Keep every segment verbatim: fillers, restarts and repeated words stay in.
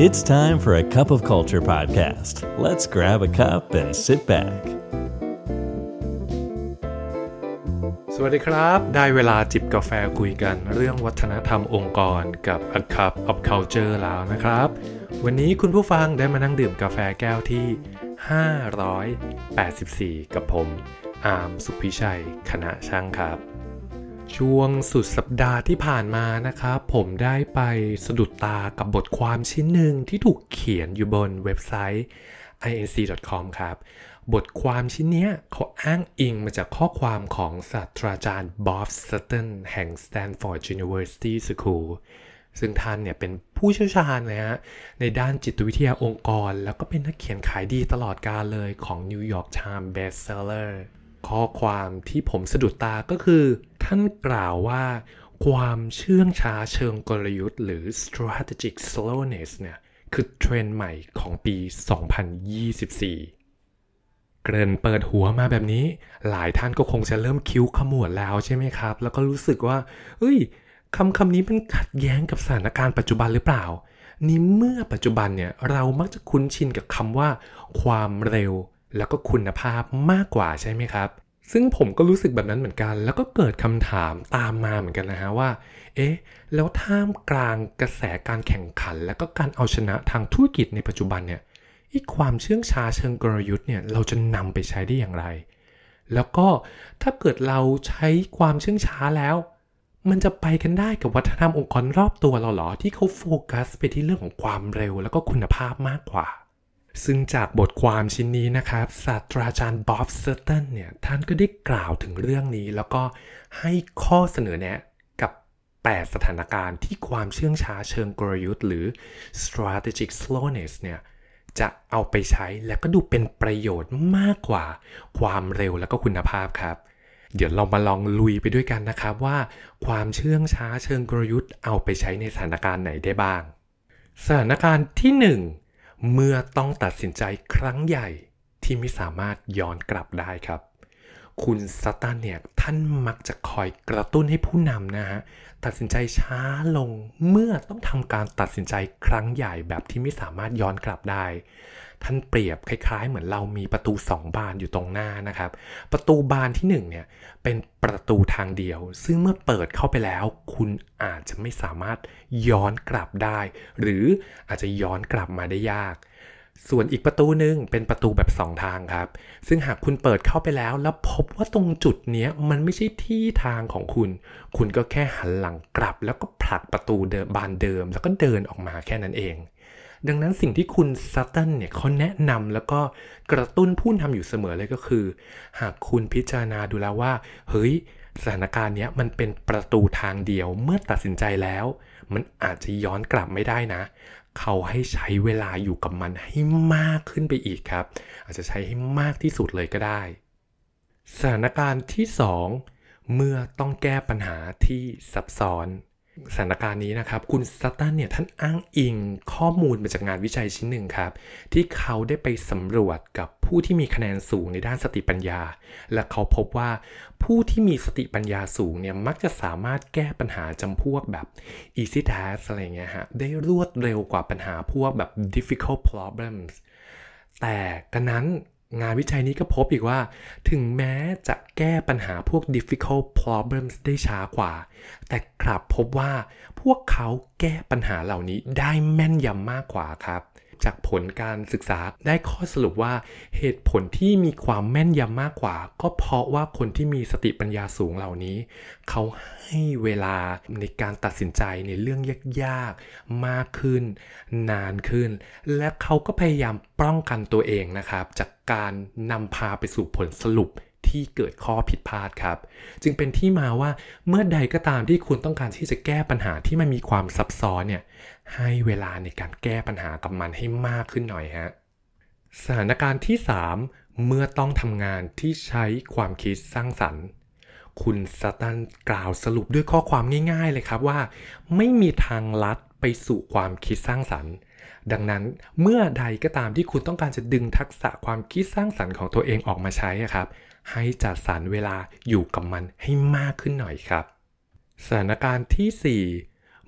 It's time for a cup of culture podcast. Let's grab a cup and sit back. สวัสดีครับได้เวลาจิบกาแฟคุยกันเรื่องวัฒนธรรมองค์กรกับ A Cup of Culture แล้วนะครับวันนี้คุณผู้ฟังได้มานั่งดื่มกาแฟแก้วที่ห้าร้อยแปดสิบสี่กับผมอาร์มสุพิชัยคณะช่างครับช่วงสุดสัปดาห์ที่ผ่านมานะครับผมได้ไปสะดุดตากับบทความชิ้นหนึ่งที่ถูกเขียนอยู่บนเว็บไซต์ ไอ เอ็น ซี ดอท คอม ครับบทความชิ้นนี้เขาอ้างอิงมาจากข้อความของศาสตราจารย์บ๊อบสตันแห่ง Stanford University School ซึ่งท่านเนี่ยเป็นผู้เชี่ยวชาญเลยฮะในด้านจิตวิทยาองค์กรแล้วก็เป็นนักเขียนขายดีตลอดกาลเลยของ New York Times Bestseller ข้อความที่ผมสะดุดตาก็คือท่านกล่าวว่าความเชื่องช้าเชิงกลยุทธ์หรือ strategic slowness เนี่ยคือเทรนด์ใหม่ของปี สองพันยี่สิบสี่ เกริ่นเปิดหัวมาแบบนี้หลายท่านก็คงจะเริ่มคิ้วขมวดแล้วใช่ไหมครับแล้วก็รู้สึกว่าเฮ้ยคำคำนี้มันขัดแย้งกับสถานการณ์ปัจจุบันหรือเปล่านี่เมื่อปัจจุบันเนี่ยเรามักจะคุ้นชินกับคำว่าความเร็วแล้วก็คุณภาพมากกว่าใช่ไหมครับซึ่งผมก็รู้สึกแบบนั้นเหมือนกันแล้วก็เกิดคำถามตามมาเหมือนกันนะฮะว่าเอ๊ะแล้วท่ามกลางกระแสการแข่งขันและก็การเอาชนะทางธุรกิจในปัจจุบันเนี่ยอีกความเชื่องช้าเชิงกลยุทธ์เนี่ยเราจะนำไปใช้ได้อย่างไรแล้วก็ถ้าเกิดเราใช้ความเชื่องช้าแล้วมันจะไปกันได้กับวัฒนธรรมองค์กรรอบตัวเราเหรอที่เขาโฟกัสไปที่เรื่องของความเร็วแล้วก็คุณภาพมากกว่าซึ่งจากบทความชิ้นนี้นะครับศาสตราจารย์บ๊อบสตันเนี่ยท่านก็ได้กล่าวถึงเรื่องนี้แล้วก็ให้ข้อเสนอแนะกับแปดสถานการณ์ที่ความเชื่องช้าเชิงกลยุทธ์หรือ strategic slowness เนี่ยจะเอาไปใช้และก็ดูเป็นประโยชน์มากกว่าความเร็วและก็คุณภาพครับเดี๋ยวเรามาลองลุยไปด้วยกันนะครับว่าความเชื่องช้าเชิงกลยุทธ์เอาไปใช้ในสถานการณ์ไหนได้บ้างสถานการณ์ที่หนึ่งเมื่อต้องตัดสินใจครั้งใหญ่ที่ไม่สามารถย้อนกลับได้ครับคุณสตันเนี่ยท่านมักจะคอยกระตุ้นให้ผู้นำนะฮะตัดสินใจช้าลงเมื่อต้องทำการตัดสินใจครั้งใหญ่แบบที่ไม่สามารถย้อนกลับได้ท่านเปรียบคล้ายๆเหมือนเรามีประตูสองบานอยู่ตรงหน้านะครับประตูบานที่หนึ่งเนี่ยเป็นประตูทางเดียวซึ่งเมื่อเปิดเข้าไปแล้วคุณอาจจะไม่สามารถย้อนกลับได้หรืออาจจะย้อนกลับมาได้ยากส่วนอีกประตูนึงเป็นประตูแบบสองทางครับซึ่งหากคุณเปิดเข้าไปแล้วแล้วพบว่าตรงจุดนี้มันไม่ใช่ที่ทางของคุณคุณก็แค่หันหลังกลับแล้วก็ผลักประตูเดิมบานเดิมแล้วก็เดินออกมาแค่นั้นเองดังนั้นสิ่งที่คุณซัตตันเนี่ยเขาแนะนำแล้วก็กระตุ้นผู้นำอยู่เสมอเลยก็คือหากคุณพิจารณาดูแล้วว่าเฮ้ยสถานการณ์นี้มันเป็นประตูทางเดียวเมื่อตัดสินใจแล้วมันอาจจะย้อนกลับไม่ได้นะเขาให้ใช้เวลาอยู่กับมันให้มากขึ้นไปอีกครับอาจจะใช้ให้มากที่สุดเลยก็ได้สถานการณ์ที่สองเมื่อต้องแก้ปัญหาที่ซับซ้อนสถานการณ์นี้นะครับคุณสตันเนี่ยท่านอ้างอิงข้อมูลมาจากงานวิจัยชิ้นหนึ่งครับที่เขาได้ไปสำรวจกับผู้ที่มีคะแนนสูงในด้านสติปัญญาและเขาพบว่าผู้ที่มีสติปัญญาสูงเนี่ยมักจะสามารถแก้ปัญหาจำพวกแบบ easy task อะไรเงี้ยฮะได้รวดเร็วกว่าปัญหาพวกแบบ difficult problems แต่กันนั้นงานวิจัยนี้ก็พบอีกว่าถึงแม้จะแก้ปัญหาพวก difficult problems ได้ช้ากว่าแต่กลับพบว่าพวกเขาแก้ปัญหาเหล่านี้ได้แม่นยำมากกว่าครับจากผลการศึกษาได้ข้อสรุปว่าเหตุผลที่มีความแม่นยำมากกว่าก็เพราะว่าคนที่มีสติปัญญาสูงเหล่านี้เขาให้เวลาในการตัดสินใจในเรื่องยากๆมากขึ้นนานขึ้นและเขาก็พยายามป้องกันตัวเองนะครับจากการนำพาไปสู่ผลสรุปที่เกิดข้อผิดพลาดครับจึงเป็นที่มาว่าเมื่อใดก็ตามที่คุณต้องการที่จะแก้ปัญหาที่มันมีความซับซ้อนเนี่ยให้เวลาในการแก้ปัญหากับมันให้มากขึ้นหน่อยฮะสถานการณ์ที่สามเมื่อต้องทำงานที่ใช้ความคิดสร้างสรรค์คุณสตันกล่าวสรุปด้วยข้อความง่ายๆเลยครับว่าไม่มีทางลัดไปสู่ความคิดสร้างสรรค์ดังนั้นเมื่อใดก็ตามที่คุณต้องการจะดึงทักษะความคิดสร้างสรรค์ของตัวเองออกมาใช้ครับให้จัดสรรเวลาอยู่กับมันให้มากขึ้นหน่อยครับสถานการณ์ที่สี่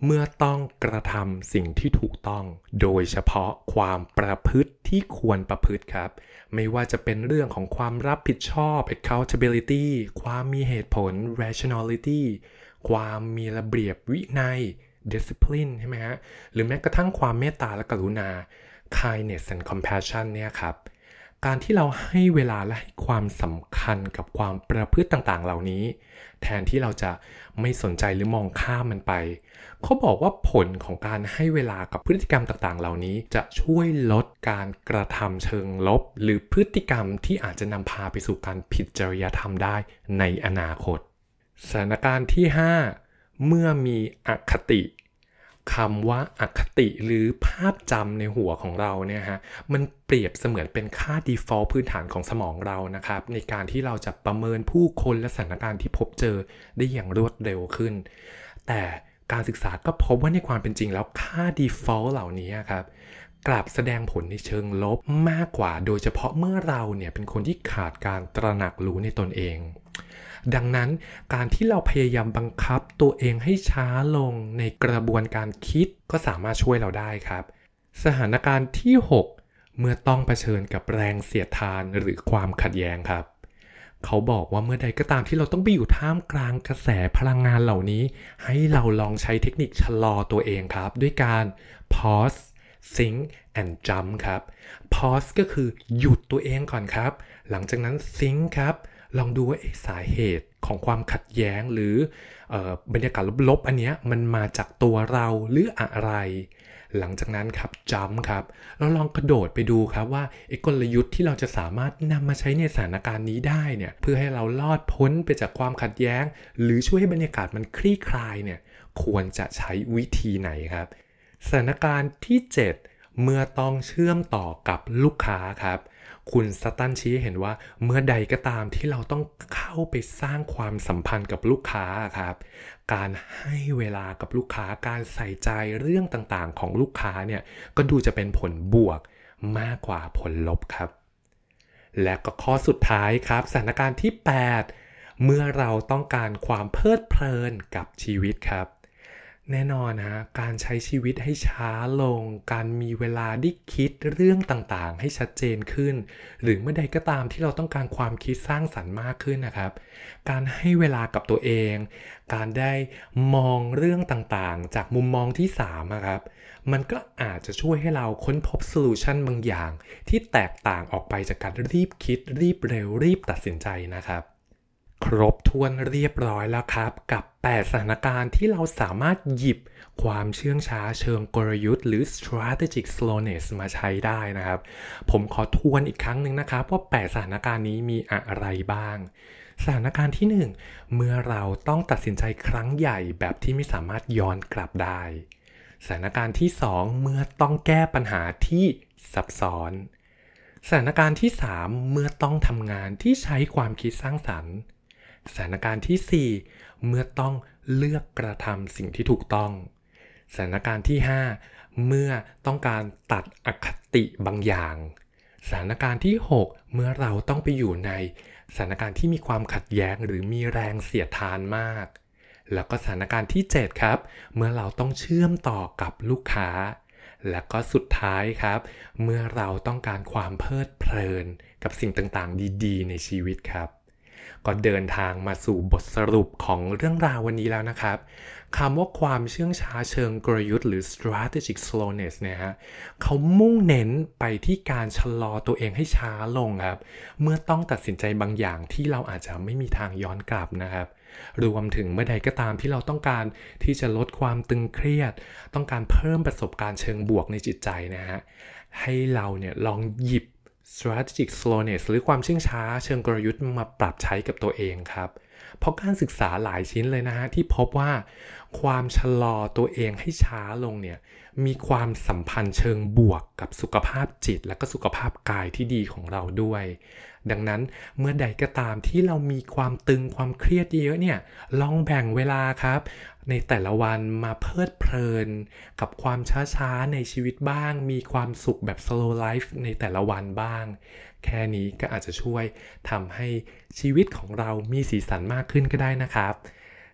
เมื่อต้องกระทำสิ่งที่ถูกต้องโดยเฉพาะความประพฤติที่ควรประพฤติครับไม่ว่าจะเป็นเรื่องของความรับผิดชอบ accountability ความมีเหตุผล rationality ความมีระเบียบวินัย discipline ใช่ไหมฮะหรือแม้กระทั่งความเมตตาและกรุณา kindness and compassion เนี่ยครับการที่เราให้เวลาและให้ความสำคัญกับความประพฤติต่างๆเหล่านี้แทนที่เราจะไม่สนใจหรือมองข้ามมันไปเขาบอกว่าผลของการให้เวลากับพฤติกรรมต่างๆเหล่านี้จะช่วยลดการกระทำเชิงลบหรือพฤติกรรมที่อาจจะนำพาไปสู่การผิดจริยธรรมได้ในอนาคตสถานการณ์ที่ห้าเมื่อมีอคติคำว่าอคติหรือภาพจำในหัวของเราเนี่ยฮะมันเปรียบเสมือนเป็นค่า default พื้นฐานของสมองเรานะครับในการที่เราจะประเมินผู้คนและสถานการณ์ที่พบเจอได้อย่างรวดเร็วขึ้นแต่การศึกษาก็พบว่าในความเป็นจริงแล้วค่า default เหล่านี้ครับกลับแสดงผลในเชิงลบมากกว่าโดยเฉพาะเมื่อเราเนี่ยเป็นคนที่ขาดการตระหนักรู้ในตนเองดังนั้นการที่เราพยายามบังคับตัวเองให้ช้าลงในกระบวนการคิดก็สามารถช่วยเราได้ครับสถานการณ์ที่หกเมื่อต้องเผชิญกับแรงเสียดทานหรือความขัดแย้งครับเขาบอกว่าเมื่อใดก็ตามที่เราต้องไปอยู่ท่ามกลางกระแสพลังงานเหล่านี้ให้เราลองใช้เทคนิคชะลอตัวเองครับด้วยการ pause think and jump ครับ pause ก็คือหยุดตัวเองก่อนครับหลังจากนั้น think ครับลองดูว่าสาเหตุของความขัดแย้งหรือเอ่อบรรยากาศลบๆอันเนี้ยมันมาจากตัวเราหรืออะไรหลังจากนั้นครับจัมป์ครับเราลองกระโดดไปดูครับว่าไอ้กลยุทธ์ที่เราจะสามารถนำมาใช้ในสถานการณ์นี้ได้เนี่ยเพื่อให้เราลอดพ้นไปจากความขัดแย้งหรือช่วยให้บรรยากาศมันคลี่คลายเนี่ยควรจะใช้วิธีไหนครับสถานการณ์ที่เจ็ดเมื่อต้องเชื่อมต่อกับลูกค้าครับคุณสตันชี้เห็นว่าเมื่อใดก็ตามที่เราต้องเข้าไปสร้างความสัมพันธ์กับลูกค้าครับการให้เวลากับลูกค้าการใส่ใจเรื่องต่างๆของลูกค้าเนี่ยก็ดูจะเป็นผลบวกมากกว่าผลลบครับและก็ข้อสุดท้ายครับสถานการณ์ที่แปดเมื่อเราต้องการความเพลิดเพลินกับชีวิตครับแน่นอนฮะการใช้ชีวิตให้ช้าลงการมีเวลาได้คิดเรื่องต่างๆให้ชัดเจนขึ้นหรือเมื่อใดก็ตามที่เราต้องการความคิดสร้างสรรค์มากขึ้นนะครับการให้เวลากับตัวเองการได้มองเรื่องต่างๆจากมุมมองที่สามครับมันก็อาจจะช่วยให้เราค้นพบโซลูชันบางอย่างที่แตกต่างออกไปจากการรีบคิดรีบเร็วรีบตัดสินใจนะครับครบถ้วนเรียบร้อยแล้วครับกับแปดสถานการณ์ที่เราสามารถหยิบความเชื่องช้าเชิงกลยุทธ์หรือ strategic slowness มาใช้ได้นะครับผมขอทวนอีกครั้งหนึ่งนะครับว่าแปดสถานการณ์นี้มีอะไรบ้างสถานการณ์ที่หนึ่งเมื่อเราต้องตัดสินใจครั้งใหญ่แบบที่ไม่สามารถย้อนกลับได้สถานการณ์ที่สองเมื่อต้องแก้ปัญหาที่ซับซ้อนสถานการณ์ที่สามเมื่อต้องทำงานที่ใช้ความคิดสร้างสรรค์สถานการณ์ที่สี่เมื่อต้องเลือกกระทำสิ่งที่ถูกต้องสถานการณ์ที่ห้าเมื่อต้องการตัดอคติบางอย่างสถานการณ์ที่หกเมื่อเราต้องไปอยู่ในสถานการณ์ที่มีความขัดแย้งหรือมีแรงเสียดทานมากแล้วก็สถานการณ์ที่เจ็ดครับเมื่อเราต้องเชื่อมต่อกับลูกค้าและก็สุดท้ายครับเมื่อเราต้องการความเพลิดเพลินกับสิ่งต่างๆดีๆในชีวิตครับก็เดินทางมาสู่บทสรุปของเรื่องราววันนี้แล้วนะครับคำว่าความเชื่องช้าเชิงกลยุทธ์หรือ strategic slowness เนี่ยฮะเขามุ่งเน้นไปที่การชะลอตัวเองให้ช้าลงครับเมื่อต้องตัดสินใจบางอย่างที่เราอาจจะไม่มีทางย้อนกลับนะครับรวมถึงเมื่อใดก็ตามที่เราต้องการที่จะลดความตึงเครียดต้องการเพิ่มประสบการณ์เชิงบวกในจิตใจนะฮะให้เราเนี่ยลองหยิบstrategic slowness หรือความเชื่องช้าเชิงกลยุทธ์มาปรับใช้กับตัวเองครับเพราะการศึกษาหลายชิ้นเลยนะฮะที่พบว่าความชะลอตัวเองให้ช้าลงเนี่ยมีความสัมพันธ์เชิงบวกกับสุขภาพจิตและก็สุขภาพกายที่ดีของเราด้วยดังนั้นเมื่อใดก็ตามที่เรามีความตึงความเครียดเยอะเนี่ยลองแบ่งเวลาครับในแต่ละวันมาเพลิดเพลินกับความช้าๆในชีวิตบ้างมีความสุขแบบ slow life ในแต่ละวันบ้างแค่นี้ก็อาจจะช่วยทำให้ชีวิตของเรามีสีสันมากขึ้นก็ได้นะครับ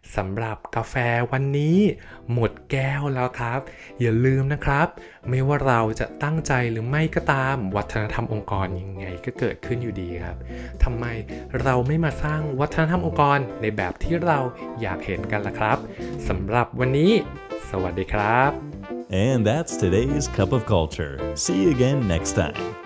สำหรับกาแฟวันนี้หมดแก้วแล้วครับอย่าลืมนะครับไม่ว่าเราจะตั้งใจหรือไม่ก็ตามวัฒนธรรมองค์กรยังไงก็เกิดขึ้นอยู่ดีครับทำไมเราไม่มาสร้างวัฒนธรรมองค์กรในแบบที่เราอยากเห็นกันล่ะครับสำหรับวันนี้สวัสดีครับ And that's today's Cup of Culture. See you again next time.